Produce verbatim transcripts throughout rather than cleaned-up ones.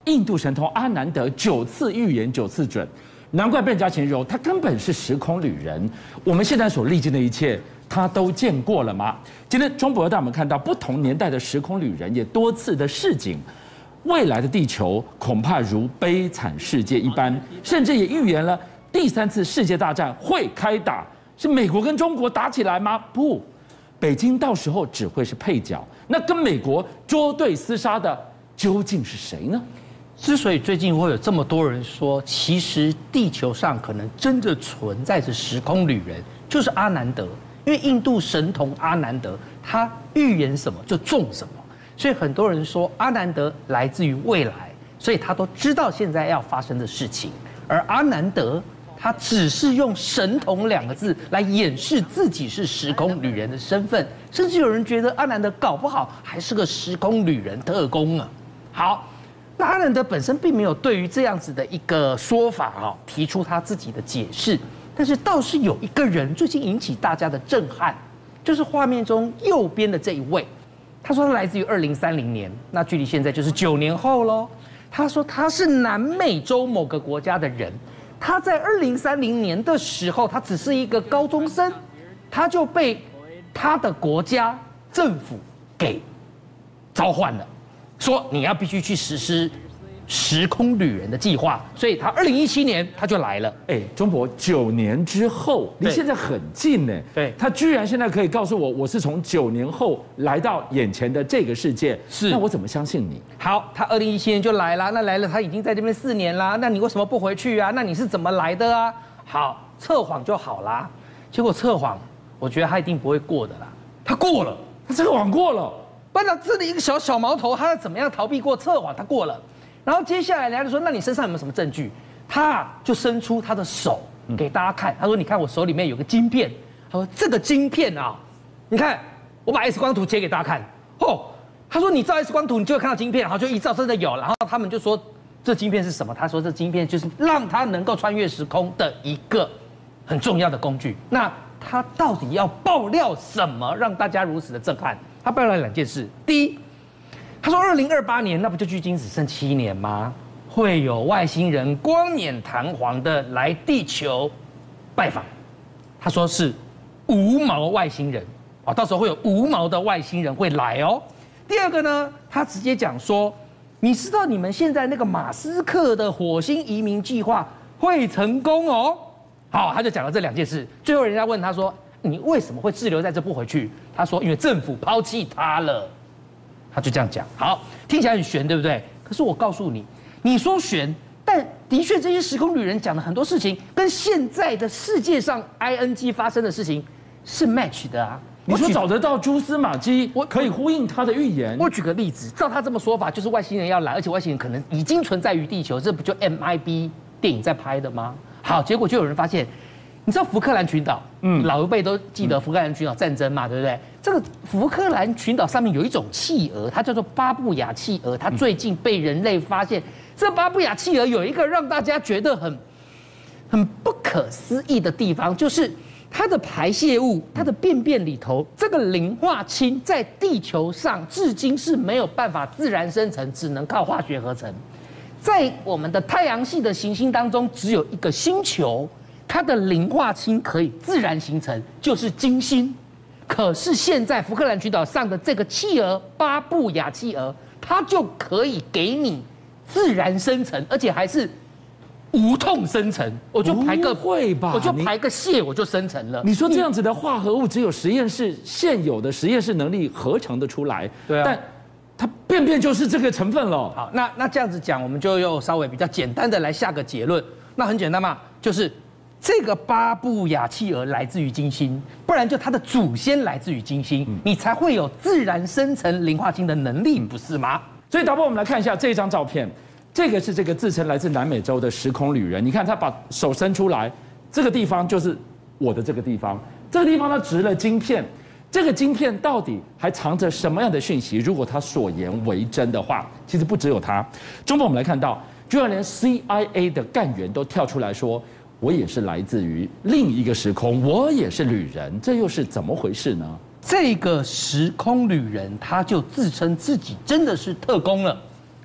印度神童阿南德九次预言九次准，难怪被人家形容他根本是时空旅人。我们现在所历经的一切，他都见过了吗？今天中博带我们看到不同年代的时空旅人也多次的示警，未来的地球恐怕如悲惨世界一般，甚至也预言了第三次世界大战会开打。是美国跟中国打起来吗？不，北京到时候只会是配角。那跟美国捉对厮杀的究竟是谁呢？ 之所以最近会有这么多人说，其实地球上可能真的存在着时空旅人，就是阿南德。因为印度神童阿南德，他预言什么就中什么，所以很多人说阿南德来自于未来，所以他都知道现在要发生的事情。而阿南德他只是用神童两个字来掩饰自己是时空旅人的身份，甚至有人觉得阿南德搞不好还是个时空旅人特工啊。好。那阿南德本身并没有对于这样子的一个说法啊提出他自己的解释，但是倒是有一个人最近引起大家的震撼，就是画面中右边的这一位。他说他来自于二零三零年，那距离现在就是九年后喽。他说他是南美洲某个国家的人，他在二零三零年的时候，他只是一个高中生，他就被他的国家政府给召唤了。说你要必须去实施时空旅人的计划，所以他二零一七年他就来了。 哎，中博九年之后，离现在很近呢。 对， 他居然现在可以告诉我，我是从九年后来到眼前的这个世界， 是， 那我怎么相信你？ 好，他二零一七年就来了，那来了他已经在这边四年啦，那你为什么不回去啊？那你是怎么来的啊？好，测谎就好啦。结果测谎，我觉得他一定不会过的啦。他过了， 他测谎过了。 班长这里一个小小毛头，他怎么样逃避过测谎？他过了，然后接下来人家就说：“那你身上有没有什么证据？”他就伸出他的手给大家看，他说：“你看我手里面有个晶片。”他说：“这个晶片啊，你看我把 X 光图截给大家看。”哦，他说：“你照 X 光图，你就会看到晶片。”然后就一照真的有，然后他们就说：“这晶片是什么？”他说：“这晶片就是让他能够穿越时空的一个很重要的工具。”那他到底要爆料什么，让大家如此的震撼？他爆料了两件事。第一，他说二零二八年那不就距今只剩七年吗？会有外星人冠冕堂皇的来地球拜访。他说是无毛外星人啊，到时候会有无毛的外星人会来哦。第二个呢，他直接讲说，你知道你们现在那个马斯克的火星移民计划会成功哦。好，他就讲了这两件事。最后人家问他说，你为什么会滞留在这不回去？他说因为政府抛弃他了。他就这样讲。好，听起来很悬，对不对？可是我告诉你，你说悬，但的确这些时空旅人讲的很多事情，跟现在的世界上 I N G 发生的事情是 match 的啊。 你说找得到蛛丝马迹，我可以呼应他的预言。 我举个例子，照他这么说法，就是外星人要来，而且外星人可能已经存在于地球，这不就 M I B 电影在拍的吗？好，结果就有人发现。你知道福克兰群岛，嗯，老一辈都记得福克兰群岛战争嘛，对不对？这个福克兰群岛上面有一种企鹅，它叫做巴布亚企鹅，它最近被人类发现。这巴布亚企鹅有一个让大家觉得很很不可思议的地方，就是它的排泄物、它的便便里头，这个磷化氢在地球上至今是没有办法自然生成，只能靠化学合成。在我们的太阳系的行星当中，只有一个星球。它的磷化氢可以自然形成，就是金星。可是现在福克兰群岛上的这个企鹅巴布亚企鹅，它就可以给你自然生成，而且还是无痛生成。我就排个会吧， 我就排个蟹，我就生成了。 你说这样子的化合物，只有实验室现有的实验室能力合成的出来， 对啊， 但它便便就是这个成分了。 好，那那这样子讲，我们就又稍微比较简单的来下个结论。那很简单嘛，就是。这个巴布亚企鹅来自于金星，不然就它的祖先来自于金星，嗯、你才会有自然生成磷化氢的能力，不是吗？ 所以导播，我们来看一下这张照片，这个是这个自称来自南美洲的时空旅人。你看他把手伸出来，这个地方就是我的这个地方，这个地方它植了晶片，这个晶片到底还藏着什么样的讯息？如果他所言为真的话，其实不只有他。中国我们来看到，居然连 C I A 的干员都跳出来说。我也是来自于另一个时空，我也是旅人，这又是怎么回事呢？ 这个时空旅人他就自称自己真的是特工了。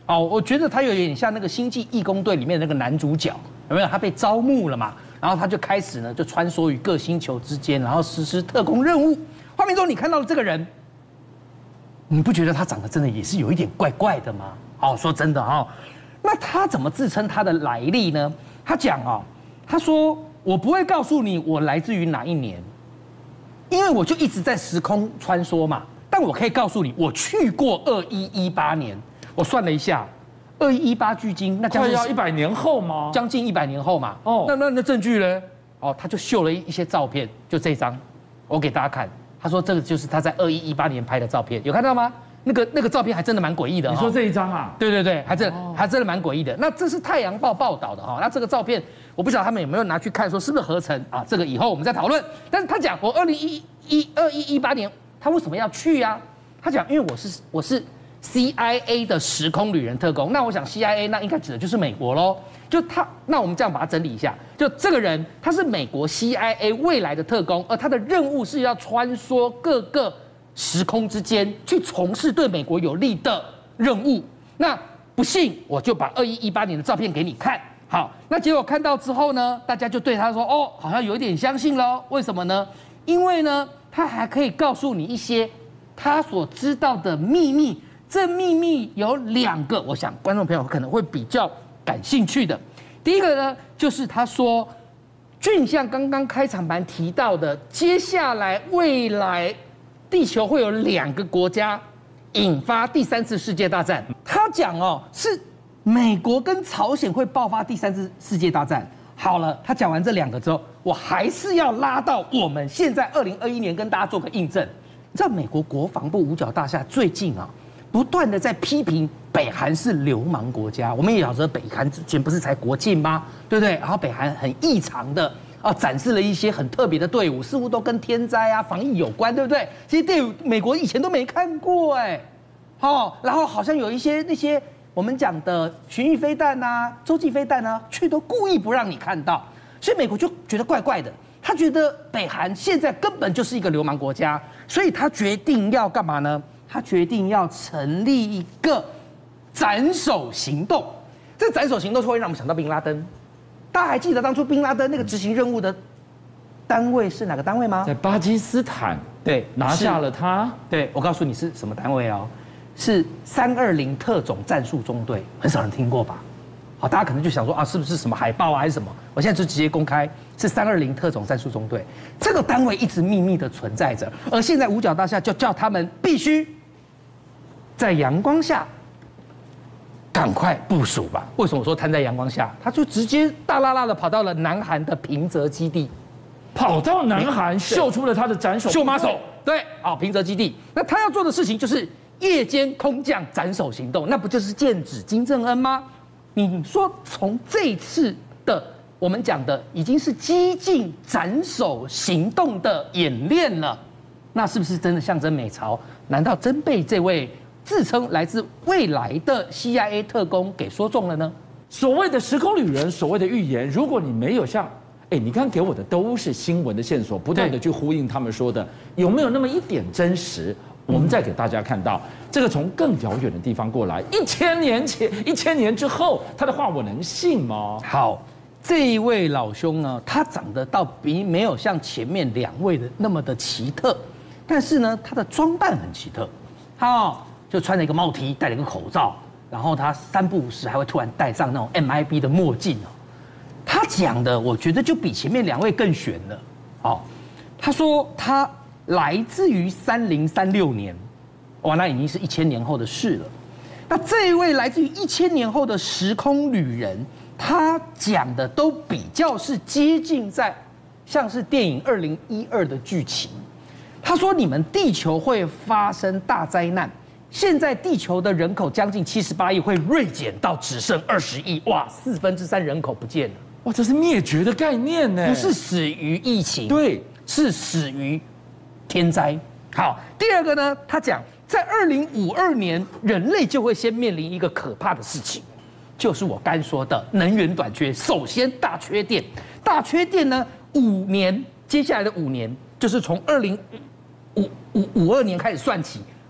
哦，我觉得他有点像那个《星际义工队》里面那个男主角，有没有？他被招募了嘛，然后他就开始呢，就穿梭于各星球之间，然后实施特工任务。画面中你看到的这个人，你不觉得他长得真的也是有一点怪怪的吗？哦，说真的哦，那他怎么自称他的来历呢？他讲哦，他说我不会告诉你我来自于哪一年，因为我就一直在时空穿梭嘛。但我可以告诉你，我去过二一一八年。我算了一下，二一一八距今，那快要一百年后吗？ 将近一百年后嘛。哦，那那那证据呢？哦，他就秀了一些照片，就这张，我给大家看。他说这个就是他在二一一八年拍的照片，有看到吗？那个那个照片还真的蛮诡异的。 你说这一张啊？ 对对对，还真还真的蛮诡异的。那这是《太阳报》报道的哈。那这个照片，我不晓得他们有没有拿去看，说是不是合成啊？这个以后我们再讨论。但是他讲，我二零一一二一一八年，他为什么要去呀？他讲，因为我是我是 C I A 的时空旅人特工。那我想 C I A 那应该指的就是美国喽。就他，那我们这样把它整理一下，就这个人他是美国 C I A 未来的特工，而他的任务是要穿梭各个时空之间，去从事对美国有利的任务。那不信，我就把二一一八年的照片给你看。好，那结果看到之后呢，大家就对他说，哦，好像有一点相信喽。为什么呢？因为呢，他还可以告诉你一些他所知道的秘密。这秘密有两个，我想观众朋友可能会比较感兴趣的。第一个呢，就是他说，俊相刚刚开场白提到的，接下来未来地球会有两个国家引发第三次世界大战。他讲哦，是美国跟朝鲜会爆发第三次世界大战。好了，他讲完这两个之后，我还是要拉到我们现在二零二一年跟大家做个印证。你知道美国国防部五角大厦最近啊，不断的在批评北韩是流氓国家。我们也晓得北韩之前不是才国庆吗？对不对？然后北韩很异常的啊，展示了一些很特别的队伍，似乎都跟天灾啊、防疫有关，对不对？这些队伍美国以前都没看过哎，好，然后好像有一些那些我们讲的巡弋飞弹啊、洲际飞弹啊，却都故意不让你看到，所以美国就觉得怪怪的。他觉得北韩现在根本就是一个流氓国家，所以他决定要干嘛呢？他决定要成立一个斩首行动。这斩首行动就会让我们想到宾拉登。大家还记得当初宾拉登那个执行任务的单位是哪个单位吗？ 在巴基斯坦， 对， 拿下了他。 对，我告诉你是什么单位哦，是三二零特种战术中队，很少人听过吧？好，大家可能就想说啊，是不是什么海豹啊，还是什么？我现在就直接公开，是三二零特种战术中队。这个单位一直秘密的存在着，而现在五角大厦就叫他们必须在阳光下赶快部署吧。为什么我说摊在阳光下？他就直接大拉拉的跑到了南韩的平泽基地， 跑到南韩秀出了他的斩首秀马手。对，好，平泽基地。那他要做的事情就是夜间空降斩首行动，那不就是剑指金正恩吗？你说从这次的我们讲的已经是激进斩首行动的演练了，那是不是真的象征美朝？难道真被这位自称来自未来的 C I A 特工给说中了呢？ 所谓的时空旅人，所谓的预言，如果你没有像，哎，你刚刚给我的都是新闻的线索，不断的去呼应他们说的，有没有那么一点真实？我们再给大家看到，这个从更遥远的地方过来，一千年前、一千年之后，他的话我能信吗？ 好，这一位老兄呢，他长得倒比没有像前面两位的那么的奇特，但是呢，他的装扮很奇特。他哦，就穿了一个帽 T， 戴了一个口罩，然后他三不五时还会突然戴上那种 M I B 的墨镜哦。他讲的，我觉得就比前面两位更悬了。好，他说他来自于三零三六年，哇，那已经是一千年后的事了。那这一位来自于一千年后的时空旅人，他讲的都比较是接近在像是电影二零一二的剧情。他说你们地球会发生大灾难，现在地球的人口将近七十八亿，会锐减到只剩二十亿，哇，四分之三人口不见了。 哇，这是灭绝的概念呢， 不是死于疫情， 对， 是死于天灾。好，第二个呢，他讲在二零五二年，人类就会先面临一个可怕的事情，就是我刚说的能源短缺。首先大缺电，大缺电呢，五年，接下来的五年就是从二零五五五二年开始算起，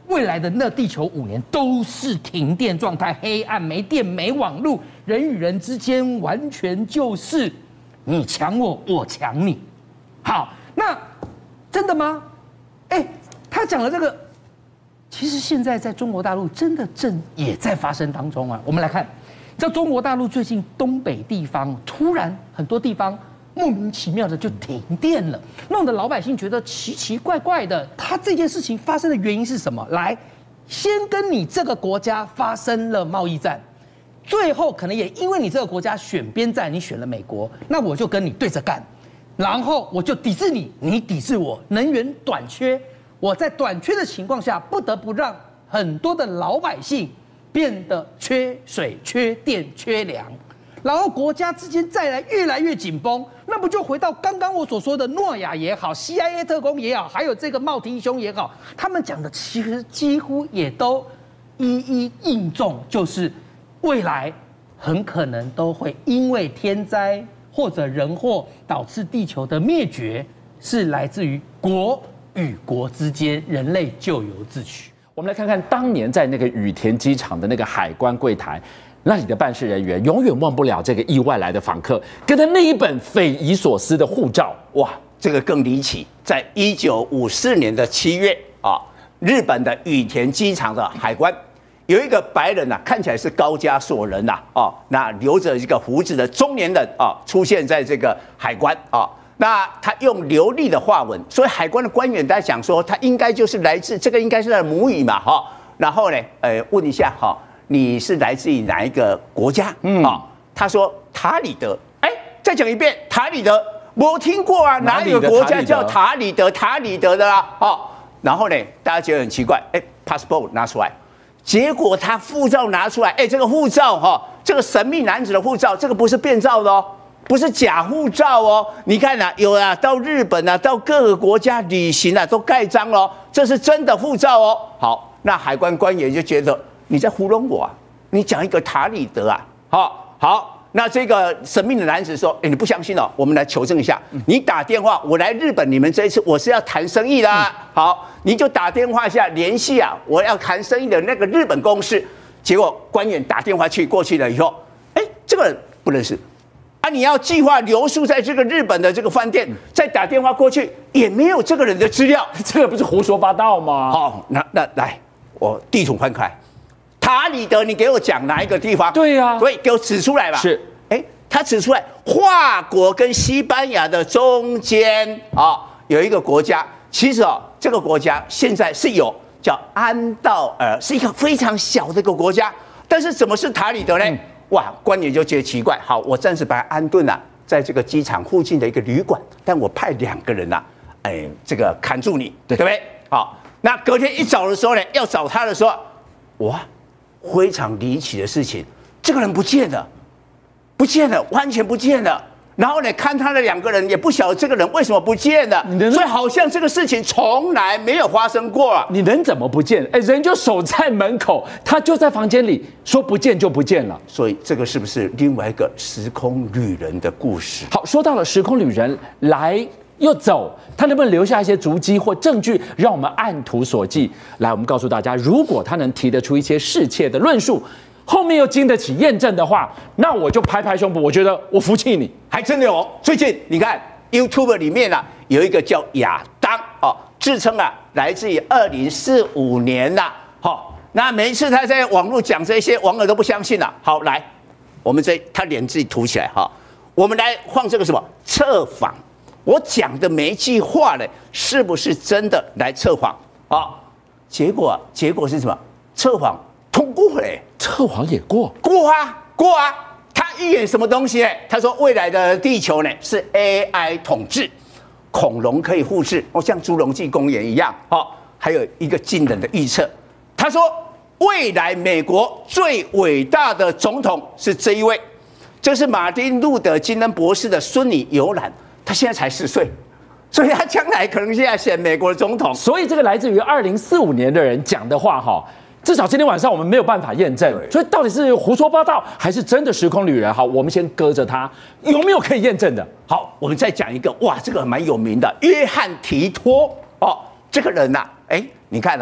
未来的那地球五年都是停电状态，黑暗，没电，没网路，人与人之间完全就是你抢我，我抢你。好，那真的吗？哎，他讲了这个，其实现在在中国大陆真的正也在发生当中啊。我们来看，在中国大陆最近东北地方突然很多地方莫名其妙的就停电了，弄得老百姓觉得奇奇怪怪的。他这件事情发生的原因是什么？来，先跟你这个国家发生了贸易战，最后可能也因为你这个国家选边站，你选了美国，那我就跟你对着干，然后我就抵制你，你抵制我，能源短缺，我在短缺的情况下，不得不让很多的老百姓变得缺水、缺电、缺粮。然后国家之间再来越来越紧绷，那不就回到刚刚我所说的诺亚也好 ，C I A 特工也好，还有这个茂提兄也好，他们讲的其实几乎也都一一应中，就是未来很可能都会因为天灾或者人祸导致地球的灭绝，是来自于国与国之间人类咎由自取。 我们来看看当年在那个羽田机场的那个海关柜台。那里的办事人员永远忘不了这个意外来的访客跟他那一本匪夷所思的护照。 哇，这个更离奇！在一九五四年的七月啊，日本的羽田机场的海关有一个白人呐、啊，看起来是高加索人呐、啊，哦，那留着一个胡子的中年人啊，出现在这个海关啊。那他用流利的话文，所以海关的官员在讲说，他应该就是来自这个应该是他的母语嘛，哈。然后呢，呃，问一下哈。你是来自于哪一个国家？嗯啊，他说塔里德。哎，再讲一遍，塔里德，我听过啊，哪有国家叫塔里德？塔里德的啦，哦。然后呢，大家觉得很奇怪，哎 ，passport 拿出来，结果他护照拿出来，哎，这个护照哈，这个神秘男子的护照，这个不是变造的哦，不是假护照哦。你看啊，有啊，到日本啊，到各个国家旅行啊，都盖章了，这是真的护照哦。好，那海关官员就觉得。你在糊弄我啊！你讲一个塔里德啊，好，好，那这个神秘的男子说：“哎，你不相信哦，我们来求证一下。你打电话，我来日本，你们这一次我是要谈生意的、啊，好，你就打电话一下联系啊，我要谈生意的那个日本公司。结果官员打电话去过去了以后，哎，这个人不认识啊，你要计划留宿在这个日本的这个饭店，再打电话过去也没有这个人的资料， 这个不是胡说八道吗？ 好，那那来，我地图翻开。”塔里德，你给我讲哪一个地方？ 对呀、啊， 所以给我指出来吧。 是， 哎，他指出来，法国跟西班牙的中间啊、哦，有一个国家。其实哦，这个国家现在是有叫安道尔，是一个非常小的一个国家。但是怎么是塔里德呢？嗯、哇，官员就觉得奇怪。好，我暂时把他安顿了、啊，在这个机场附近的一个旅馆，但我派两个人呐、啊，哎，这个看住你，对不对？好，那隔天一早的时候呢，要找他的时候，哇。非常离奇的事情，这个人不见了，不见了，完全不见了。然后呢，看他的两个人也不晓得这个人为什么不见了，所以好像这个事情从来没有发生过啊。 你人怎么不见？哎，人就守在门口，他就在房间里，说不见就不见了。 所以这个是不是另外一个时空旅人的故事？ 好，说到了时空旅人来。又走，他能不能留下一些足迹或证据，让我们按图索骥？来，我们告诉大家，如果他能提得出一些适切的论述，后面又经得起验证的话，那我就拍拍胸脯，我觉得我服气你。 还真的有，最近你看 YouTube 里面啊，有一个叫亚当哦，自称啊来自于二零四五年啦，好，那每一次他在网络讲这些，网友都不相信了。好，来，我们这他脸自己涂起来哈，我们来放这个什么测谎。我讲的每一句话呢，是不是真的来测谎啊？结果结果是什么？测谎通过嘞， 测谎也过， 过啊过啊！他预言什么东西呢？他说未来的地球呢是 A I 统治，恐龙可以复制，哦，像侏罗纪公园一样。哦，还有一个惊人的预测，他说未来美国最伟大的总统是这一位，这是马丁路德金恩博士的孙女尤兰。他现在才十岁，所以他将来可能现在选美国的总统。 所以这个来自于二零四五年的人讲的话，哈，至少今天晚上我们没有办法验证。所以到底是胡说八道，还是真的时空旅人？好，我们先搁着他，有没有可以验证的？ 好，我们再讲一个，哇，这个蛮有名的，约翰提托哦，这个人呐、啊，哎，你看哦，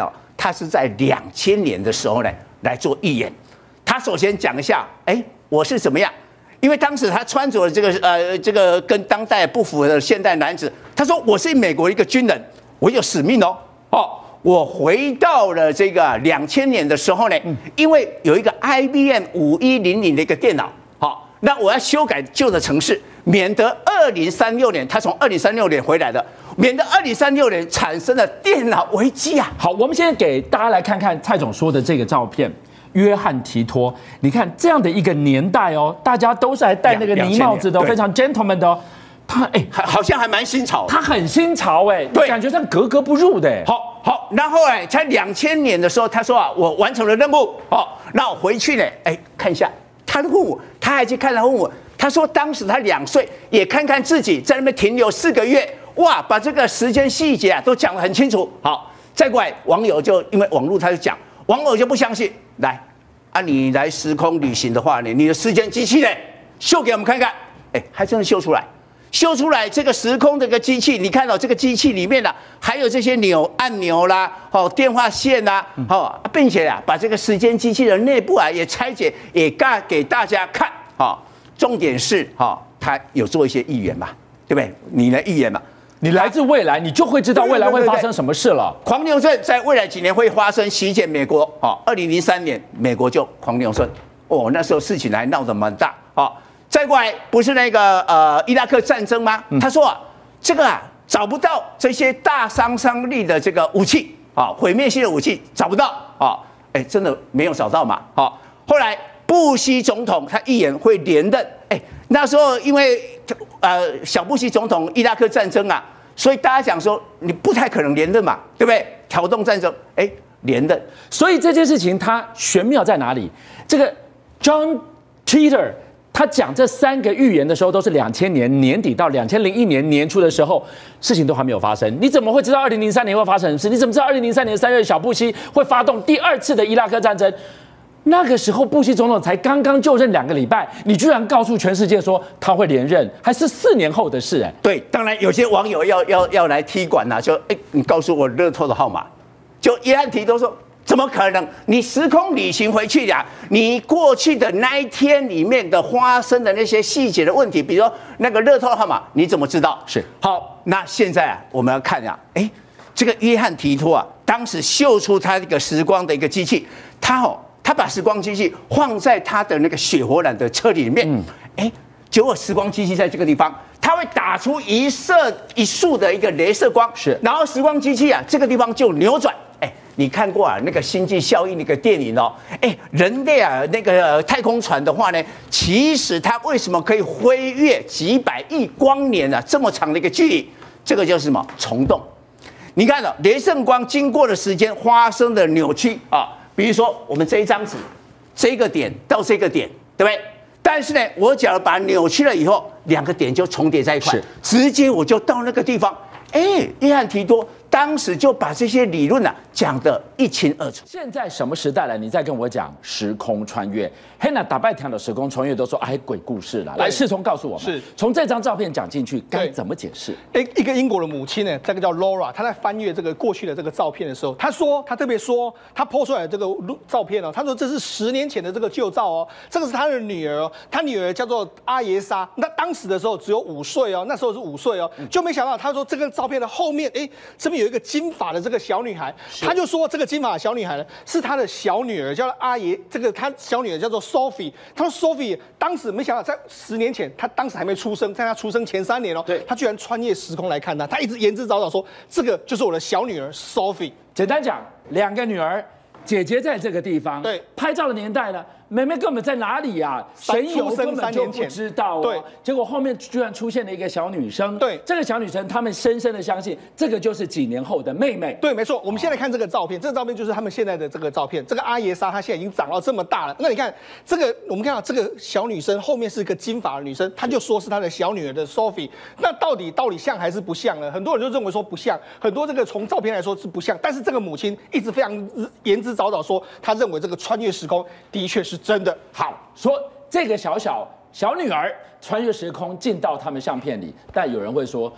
他是在两千年的时候呢来做预言。他首先讲一下，哎，我是怎么样？因为当时他穿着这个呃这个跟当代不符合的现代男子，他说我是美国一个军人，我有使命哦哦。我回到了这个两千年的时候呢，因为有一个 I B M 五一零零的一个电脑，好，那我要修改旧的程式，免得二零三六年他从二零三六年回来的，免得二零三六年产生了电脑危机啊。 好，我们现在给大家来看看蔡总说的这个照片，约翰提托，你看这样的一个年代哦，大家都是还戴那个呢帽子的，非常 gentleman 的哦。他哎， 好像还蛮新潮， 他很新潮哎， 对， 感觉上格格不入的哎。 好，好，然后哎，在两千年的时候，他说啊，我完成了任务，哦，那我回去呢，哎，看一下，他问我，他还去看，他问我，他说当时他两岁，也看看自己在那边停留四个月，哇，把这个时间细节啊都讲得很清楚。好，再过来网友就因为网络他就讲，网友就不相信，来啊，你来时空旅行的话呢，你的时间机器呢，秀给我们看看，哎，还真的秀出来。秀出来这个时空的一个机器，你看到这个机器里面呢、啊，还有这些钮按钮啦，哦，电话线啦，哦，并且啊，把这个时间机器的内部啊也拆解，也给给大家看，哦，重点是哈、哦，他有做一些预言嘛，对不对？你的预言嘛， 你来自未来，你就会知道未来会发生什么事了。 狂牛症在未来几年会发生席卷美国，哦，二零零三年美国就狂牛症，哦，那时候事情还闹得蛮大，哦。再过来不是那个呃伊拉克战争吗？他说啊，这个啊找不到这些大杀伤力的这个武器啊，毁灭性的武器找不到啊，哎，真的没有找到嘛？好，后来布希总统他预言会连任，哎，那时候因为呃小布希总统伊拉克战争啊，所以大家讲说你不太可能连任嘛，对不对？挑动战争，哎，连任， 所以这件事情它玄妙在哪里？这个 John Titor。他讲这三个预言的时候，都是两千年年底到两千零一年年初的时候，事情都还没有发生。你怎么会知道二零零三年会发生什么事？你怎么知道二零零三年三月小布希会发动第二次的伊拉克战争？那个时候布希总统才刚刚就任两个礼拜，你居然告诉全世界说他会连任，还是四年后的事？哎， 对，当然有些网友要要要来踢馆呐、啊，就哎，你告诉我乐透的号码，就约翰提托说。怎么可能？你时空旅行回去呀？你过去的那一天里面的发生的那些细节的问题，比如说那个乐透号码，你怎么知道？ 是好，那现在啊，我们要看呀，哎，这个约翰提托啊，当时秀出他这个时光的一个机器，他哦，他把时光机器放在他的那个雪佛兰的车里面，哎、嗯，结果时光机器在这个地方。它会打出一射一束的一个雷射光， 是， 然后时光机器啊，这个地方就扭转。哎，你看过啊那个星际效应那个电影哦？哎，人类啊那个太空船的话呢，其实它为什么可以飞越几百亿光年啊这么长的一个距离？这个就是什么虫洞？你看到雷射光经过的时间发生的扭曲啊，比如说我们这一张纸，这个点到这个点，对不对？但是呢，我假如把它扭曲了以后，两个点就重叠在一块，直接我就到那个地方。哎，约翰提托当时就把这些理论啊讲得一清二楚。 现在什么时代了？你再跟我讲时空穿越，嘿，那打败条的时空穿越都说哎鬼故事了。来，世聪告诉我们， 是从这张照片讲进去该怎么解释？ 一一个英国的母亲呢，这个叫 Laura， 她在翻阅这个过去的这个照片的时候，她说，她特别说，她 po 出来的这个照片哦，她说这是十年前的这个旧照哦，这个是她的女儿哦，她女儿叫做阿耶莎，那当时的时候只有五岁哦，那时候是五岁哦，就没想到她说这个照片的后面，哎，这边有一个金发的这个小女孩，她就说这个金发的小女孩呢是她的小女儿，叫做阿爷，这个她小女儿叫做 Sophie， 她说 Sophie 当时没想到在十年前，她当时还没出生，在她出生前三年哦， 对， 她居然穿越时空来看她，她一直言之凿凿说这个就是我的小女儿 Sophie。 简单讲，两个女儿，姐姐在这个地方， 对， 拍照的年代呢，妹妹根本在哪里呀、啊？神游根本就不知道、哦。 对， 结果后面居然出现了一个小女生。 对， 这个小女生，他们深深的相信，这个就是几年后的妹妹。 对，没错。我们现在看这个照片，这个照片就是他们现在的这个照片。这个阿耶莎她现在已经长到这么大了。那你看这个，我们看到这个小女生后面是一个金发的女生，她就说是她的小女儿的 Sophie。那到底到底像还是不像呢？很多人就认为说不像，很多这个从照片来说是不像，但是这个母亲一直非常言之凿凿说，她认为这个穿越时空的确是真的。 好。说这个小小小女儿穿越时空进到他们相片里，但有人会说，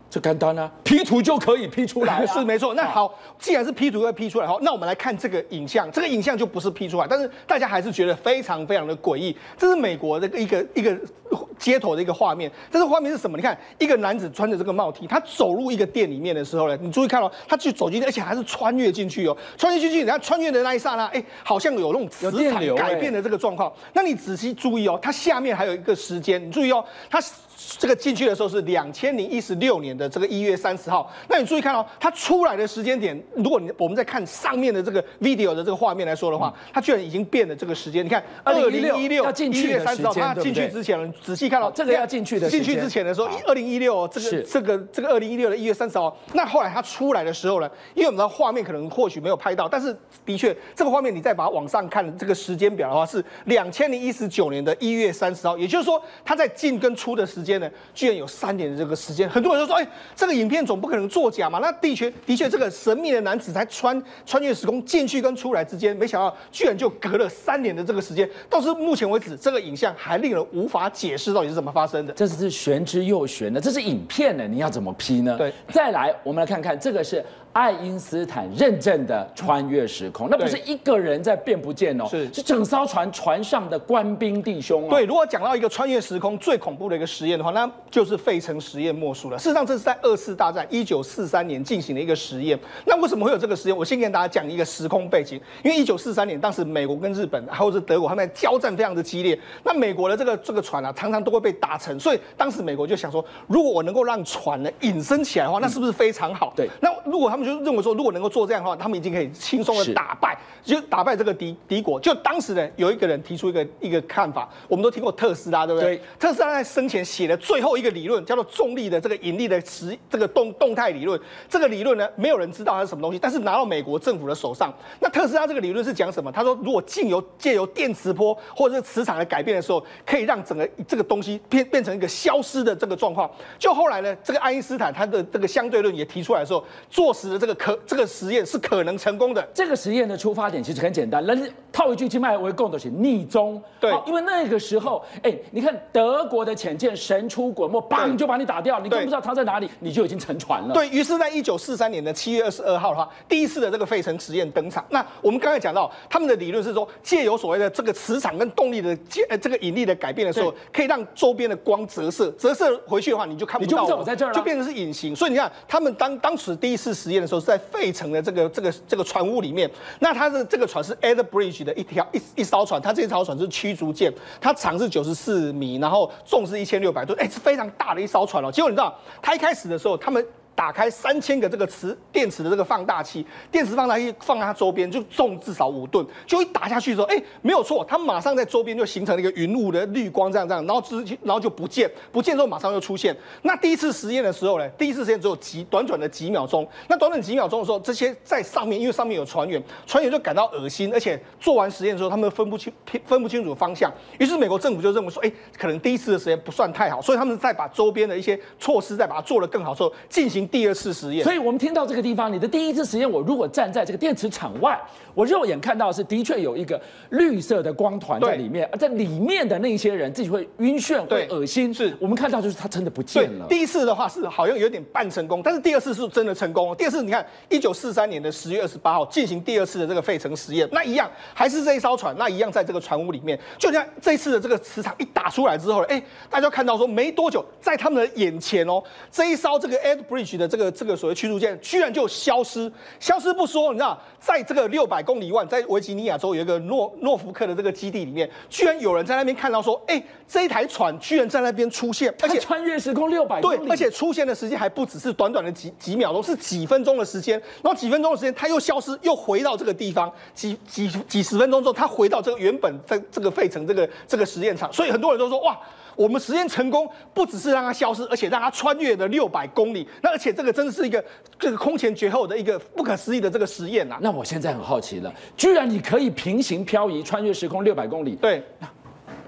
这简单啊，P 图就可以 P 出来、啊， 是没错。那好，既然是 P 图会 P 出来，好，那我们来看这个影像，这个影像就不是 P 出来，但是大家还是觉得非常非常的诡异。这是美国的一个一个街头的一个画面，这个画面是什么？你看，一个男子穿着这个帽 T， 他走入一个店里面的时候呢，你注意看哦，他去走进去，而且还是穿越进去哦，穿越进去，然后穿越的那一刹那，哎，好像有那种磁场改变的这个状况。那你仔细注意哦，它下面还有一个时间，你注意哦，它这个进去的时候是两千零一十六年的这个一月三十号。那你注意看哦，它出来的时间点，如果你我们在看上面的这个 video 的这个画面来说的话，它居然已经变了这个时间。你看，二零一六要进一月去的时间， 三十号，它进去之前，仔细看到这个要进去的进去之前的时候，二零一六这个这个这个二零一六的一月三十号。那后来它出来的时候呢，因为我们的画面可能或许没有拍到，但是的确这个画面你再把它往上看这个时间表的话，是两千零一十九年的一月三十号，也就是说它在进跟出的时间呢，居然有三年的这个时间。很多人都说，哎，这个影片总不可能作假嘛？那的确的确，这个神秘的男子才穿穿越时空进去跟出来之间，没想到居然就隔了三年的这个时间。到是目前为止，这个影像还令人无法解释到底是怎么发生的。 这是玄之又玄的，这是影片呢，你要怎么批呢？ 对， 再来我们来看看，这个是爱因斯坦认证的穿越时空，那不是一个人在变不见哦， 是是整艘船船上的官兵弟兄哦。 对，如果讲到一个穿越时空最恐怖的一个实验的话，那就是费城实验莫属了。事实上，这是在二次大战一九四三年进行的一个实验。那为什么会有这个实验？我先跟大家讲一个时空背景。因为一九四三年，当时美国跟日本还有是德国，他们交战非常的激烈。那美国的这个这个船啊，常常都会被打沉，所以当时美国就想说，如果我能够让船呢隐身起来的话，那是不是非常好？ 对。 那如果他们就认为说，如果能够做这样的话，他们已经可以轻松的打败，就打败这个敌敌国。就当时呢，有一个人提出一个一个看法，我们都听过特斯拉，对不对？对。特斯拉在生前写的最后一个理论叫做重力的这个引力的实这个动动态理论。这个理论呢，没有人知道它是什么东西，但是拿到美国政府的手上。那特斯拉这个理论是讲什么？他说，如果经由借由电磁波或者是磁场的改变的时候，可以让整个这个东西变变成一个消失的这个状况。就后来呢，这个爱因斯坦他的这个相对论也提出来的时候，坐实了这个可这个实验是可能成功的。 这个实验的出发点其实很简单，人套一句经脉为共的是逆中。 对， 因为那个时候，哎，你看德国的潜舰神出鬼没，砰就把你打掉，你都不知道它在哪里，你就已经沉船了。 对，于是，在一九四三年的七月二十二号的话，第一次的这个费城实验登场。那我们刚才讲到，他们的理论是说，借由所谓的这个磁场跟动力的呃这个引力的改变的时候，可以让周边的光折射，折射回去的话，你就看不到， 你就不知道我在这儿了， 就变成是隐形。所以你看，他们当当时第一次实验的时候，是在费城的这个这个这个船坞里面。那它的这个船是 Ed Bridge 的一条一一艘船，它这艘船是驱逐舰，它长是九十四米，然后重是一千六百吨，哎，是非常大的一艘船哦。结果你知道，它一开始的时候，他们打开三千个这个磁电池的这个放大器，电池放大器放在它周边就重至少五吨，就一打下去的时候，哎，没有错，它马上在周边就形成了一个云雾的绿光，这样这样，然后之然后就不见，不见之后马上又出现。那第一次实验的时候呢，第一次实验只有几短短的几秒钟，那短短几秒钟的时候，这些在上面，因为上面有船员，船员就感到恶心，而且做完实验之后，他们分不清分不清楚方向，于是美国政府就认为说，哎，可能第一次的实验不算太好，所以他们再把周边的一些措施再把它做得更好之后，进行第二次实验。 所以我们听到这个地方，你的第一次实验，我如果站在这个电池场外，我肉眼看到的是的确有一个绿色的光团在里面，而在里面的那些人自己会晕眩、会恶心。 是我们看到就是它真的不见了。 第一次的话是好像有点半成功，但是第二次是真的成功。第二次你看，一九四三年的十月二十八号进行第二次的这个费城实验，那一样还是这一艘船，那一样在这个船坞里面，就像这一次的这个磁场一打出来之后，哎，大家就看到说没多久，在他们的眼前哦，这一艘这个 Ed Bridge 的这个这个所谓驱逐舰居然就消失，消失不说，你知道，在这个六百公里外，在维吉尼亚州有一个诺诺福克的这个基地里面，居然有人在那边看到说，哎，这一台船居然在那边出现， 而且穿越时空六百公里， 对，而且出现的时间还不只是短短的几几秒钟，是几分钟的时间，然后几分钟的时间，它又消失，又回到这个地方，几几几十分钟之后，它回到这个原本在这个费城这个这个实验场，所以很多人都说，哇，我们实验成功，不只是让它消失，而且让它穿越了六百公里。那而且这个真的是一个这个空前绝后的一个不可思议的这个实验啊！ 那我现在很好奇了，居然你可以平行漂移，穿越时空六百公里？ 对。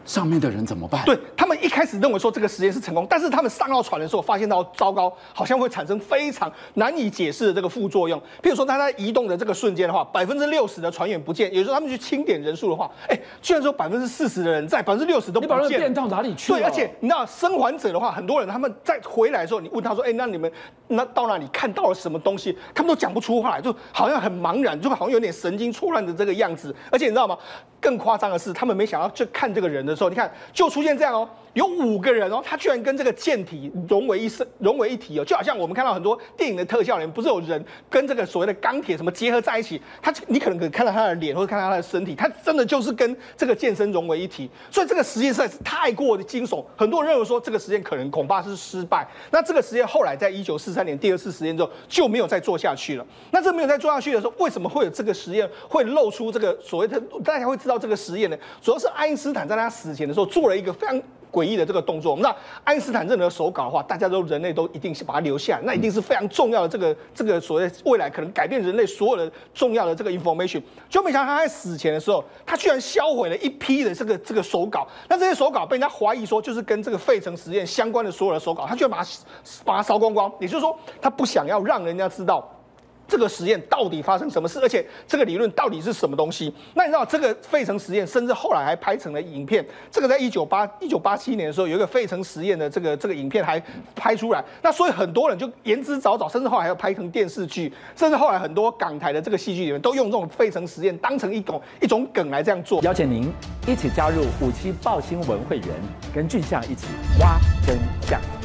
上面的人怎么办？ 对他们一开始认为说这个实验是成功，但是他们上到船的时候发现到糟糕，好像会产生非常难以解释的这个副作用。譬如说，他在移动的这个瞬间的话，百分之六十的船员不见，也就是说他们去清点人数的话，哎，居然说百分之四十的人在，百分之六十都不见。 你把人变到哪里去了？ 对，而且你知道生还者的话，很多人他们在回来的时候，你问他说，哎，那你们那到哪里看到了什么东西？他们都讲不出话来，就好像很茫然，就好像有点神经错乱的这个样子。而且你知道吗？更夸张的是，他们没想到去看这个人的时候，你看就出现这样哦，有五个人哦，他居然跟这个舰体融为一身，融为一体哦，就好像我们看到很多电影的特效里面，不是有人跟这个所谓的钢铁什么结合在一起，他你可能可以看到他的脸或者看到他的身体，他真的就是跟这个健身融为一体。所以这个实验实在是太过的惊悚，很多人认为说这个实验可能恐怕是失败。那这个实验后来在一九四三年第二次实验之后就没有再做下去了。那这没有再做下去的时候，为什么会有这个实验会露出这个所谓的大家会知道这个实验呢？主要是爱因斯坦在他死前的时候做了一个非常诡异的这个动作。我们知道爱因斯坦任何手稿的话，大家都人类都一定是把它留下来，那一定是非常重要的这个这个所谓未来可能改变人类所有的重要的这个 information。就没想到他在死前的时候，他居然销毁了一批的这个这个手稿。那这些手稿被人家怀疑说就是跟这个费城实验相关的所有的手稿，他居然把它把它烧光光。也就是说，他不想要让人家知道这个实验到底发生什么事，而且这个理论到底是什么东西？那你知道这个费城实验，甚至后来还拍成了影片。这个在一九八一九八七年的时候，有一个费城实验的这个这个影片还拍出来。那所以很多人就言之凿凿，甚至后来还要拍成电视剧，甚至后来很多港台的这个戏剧里面都用这种费城实验当成一种一种梗来这样做。 邀请您一起加入五七报新闻会员，跟俊相一起挖真相。